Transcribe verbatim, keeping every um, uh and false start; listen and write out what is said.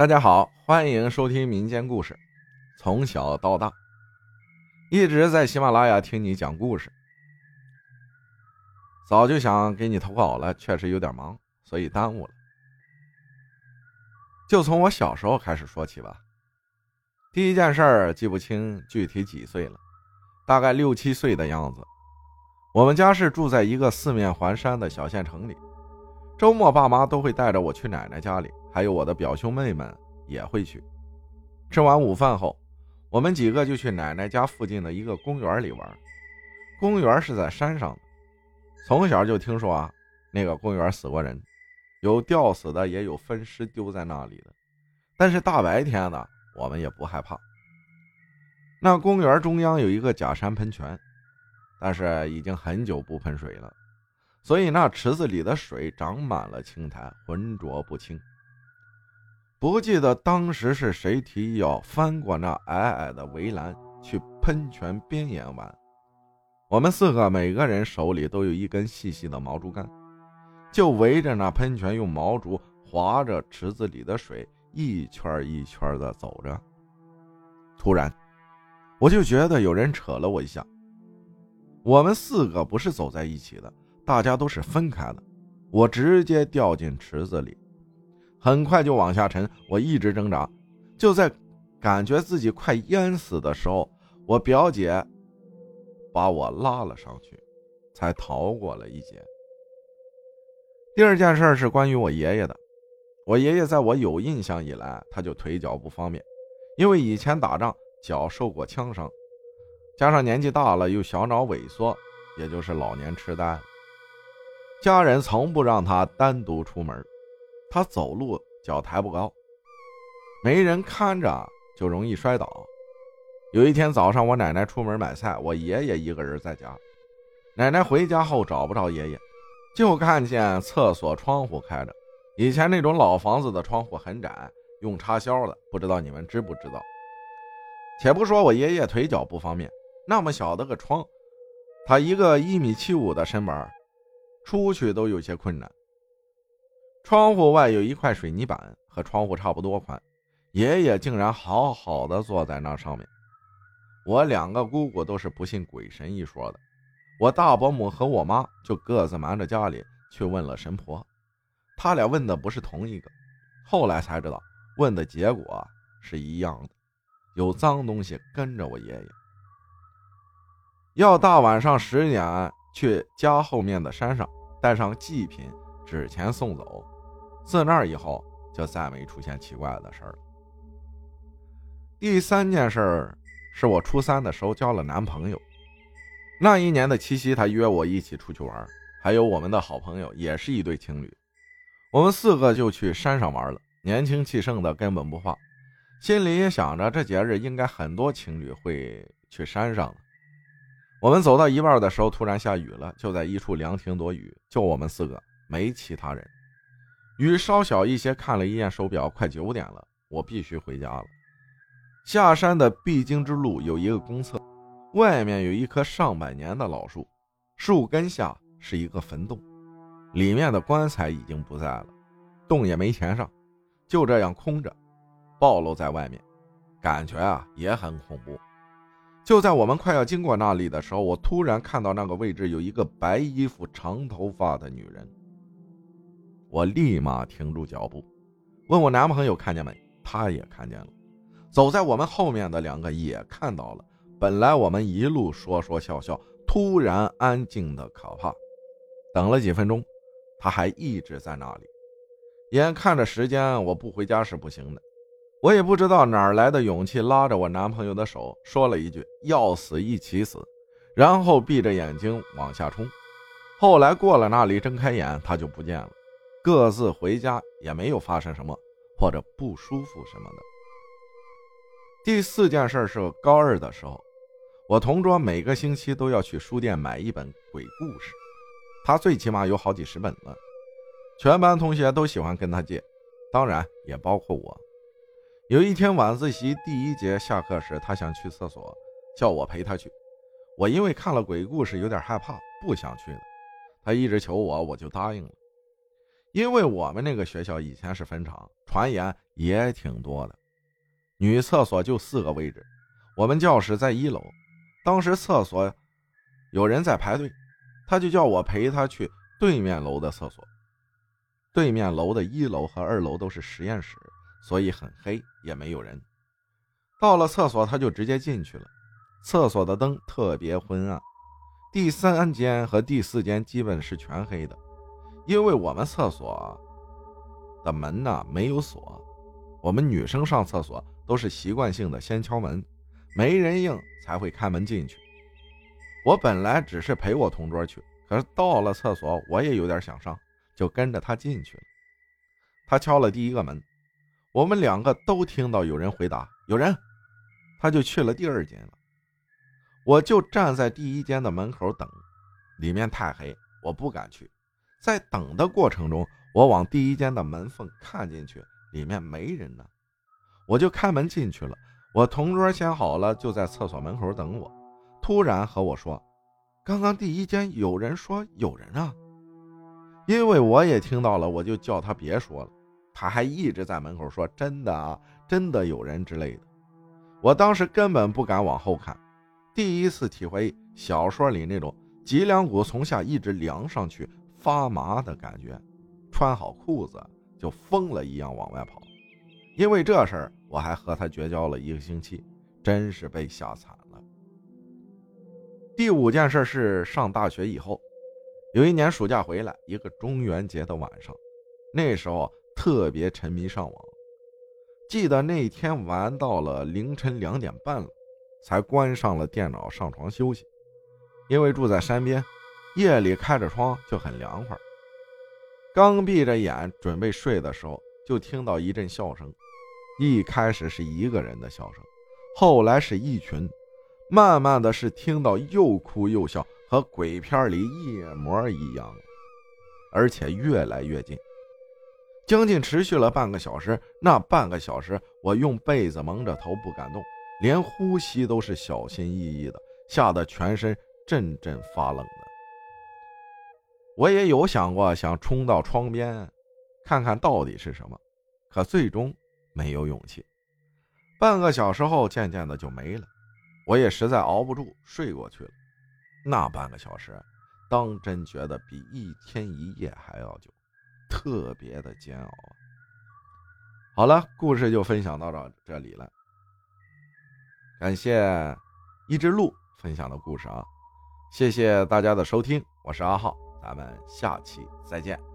大家好，欢迎收听民间故事。从小到大，一直在喜马拉雅听你讲故事，早就想给你投稿了，确实有点忙，所以耽误了。就从我小时候开始说起吧。第一件事儿记不清具体几岁了，大概六七岁的样子。我们家是住在一个四面环山的小县城里，周末爸妈都会带着我去奶奶家里，还有我的表兄妹们也会去。吃完午饭后，我们几个就去奶奶家附近的一个公园里玩。公园是在山上的，从小就听说啊，那个公园死过人，有吊死的，也有分尸丢在那里的。但是大白天的，我们也不害怕。那公园中央有一个假山喷泉，但是已经很久不喷水了，所以那池子里的水长满了青苔，浑浊不清。不记得当时是谁提议要翻过那矮矮的围栏去喷泉边沿玩。我们四个每个人手里都有一根细细的毛竹竿，就围着那喷泉用毛竹划着池子里的水，一圈一圈的走着。突然我就觉得有人扯了我一下，我们四个不是走在一起的，大家都是分开的，我直接掉进池子里，很快就往下沉。我一直挣扎，就在感觉自己快淹死的时候，我表姐把我拉了上去，才逃过了一劫。第二件事是关于我爷爷的。我爷爷在我有印象以来，他就腿脚不方便，因为以前打仗脚受过枪伤，加上年纪大了又小脑萎缩，也就是老年痴呆了。家人从不让他单独出门，他走路脚抬不高，没人看着就容易摔倒。有一天早上，我奶奶出门买菜，我爷爷一个人在家。奶奶回家后找不着爷爷，就看见厕所窗户开着，以前那种老房子的窗户很窄，用插销的，不知道你们知不知道。且不说我爷爷腿脚不方便，那么小的个窗，他一个一米七五的身板，出去都有些困难。窗户外有一块水泥板，和窗户差不多宽，爷爷竟然好好的坐在那上面。我两个姑姑都是不信鬼神一说的，我大伯母和我妈就各自瞒着家里去问了神婆，他俩问的不是同一个，后来才知道问的结果是一样的，有脏东西跟着我爷爷。要大晚上十点去家后面的山上带上祭品纸钱送走，自那以后就再没出现奇怪的事儿了。第三件事是我初三的时候交了男朋友，那一年的七夕，他约我一起出去玩，还有我们的好朋友，也是一对情侣。我们四个就去山上玩了，年轻气盛的根本不怕，心里也想着这节日应该很多情侣会去山上的。我们走到一半的时候，突然下雨了，就在一处凉亭躲雨，就我们四个，没其他人。雨稍小一些，看了一眼手表，快九点了，我必须回家了。下山的必经之路有一个公厕，外面有一棵上百年的老树，树根下是一个坟洞，里面的棺材已经不在了，洞也没填上，就这样空着暴露在外面，感觉啊也很恐怖。就在我们快要经过那里的时候，我突然看到那个位置有一个白衣服长头发的女人。我立马停住脚步，问我男朋友看见没，他也看见了。走在我们后面的两个也看到了。本来我们一路说说笑笑，突然安静的可怕。等了几分钟，他还一直在那里。眼看着时间，我不回家是不行的。我也不知道哪儿来的勇气，拉着我男朋友的手说了一句要死一起死，然后闭着眼睛往下冲。后来过了那里，睁开眼他就不见了，各自回家，也没有发生什么或者不舒服什么的。第四件事是高二的时候，我同桌每个星期都要去书店买一本鬼故事，他最起码有好几十本了，全班同学都喜欢跟他借，当然也包括我。有一天晚自习第一节下课时，他想去厕所，叫我陪他去。我因为看了鬼故事有点害怕，不想去的，他一直求我，我就答应了。 因为我们那个学校以前是坟场，传言也挺多的。女厕所就四个位置，我们教室在一楼，当时厕所有人在排队，他就叫我陪他去对面楼的厕所。对面楼的一楼和二楼都是实验室，所以很黑，也没有人。到了厕所他就直接进去了，厕所的灯特别昏暗，第三间和第四间基本是全黑的，因为我们厕所的门呢没有锁，我们女生上厕所都是习惯性的先敲门，没人应才会开门进去。我本来只是陪我同桌去，可是到了厕所我也有点想上，就跟着他进去了。他敲了第一个门，我们两个都听到有人回答有人，他就去了第二间了。我就站在第一间的门口等，里面太黑，我不敢去。在等的过程中，我往第一间的门缝看进去，里面没人呢，我就开门进去了。我同桌先好了，就在厕所门口等我，突然和我说，刚刚第一间有人说有人啊。因为我也听到了，我就叫他别说了，他还一直在门口说真的啊，真的有人之类的。我当时根本不敢往后看，第一次体会小说里那种脊梁骨从下一直凉上去发麻的感觉，穿好裤子就疯了一样往外跑。因为这事儿我还和他绝交了一个星期，真是被吓惨了。第五件事是上大学以后，有一年暑假回来，一个中元节的晚上，那时候特别沉迷上网，记得那天玩到了凌晨两点半了，才关上了电脑上床休息。因为住在山边，夜里开着窗就很凉快。刚闭着眼准备睡的时候，就听到一阵笑声，一开始是一个人的笑声，后来是一群，慢慢的是听到又哭又笑，和鬼片里一模一样，而且越来越近，将近持续了半个小时。那半个小时我用被子蒙着头不敢动，连呼吸都是小心翼翼的，吓得全身阵阵发冷的。我也有想过想冲到窗边看看到底是什么，可最终没有勇气。半个小时后渐渐的就没了，我也实在熬不住睡过去了。那半个小时当真觉得比一天一夜还要久，特别的煎熬啊。好了，故事就分享到这里了，感谢一只鹿分享的故事啊，谢谢大家的收听，我是阿浩，咱们下期再见。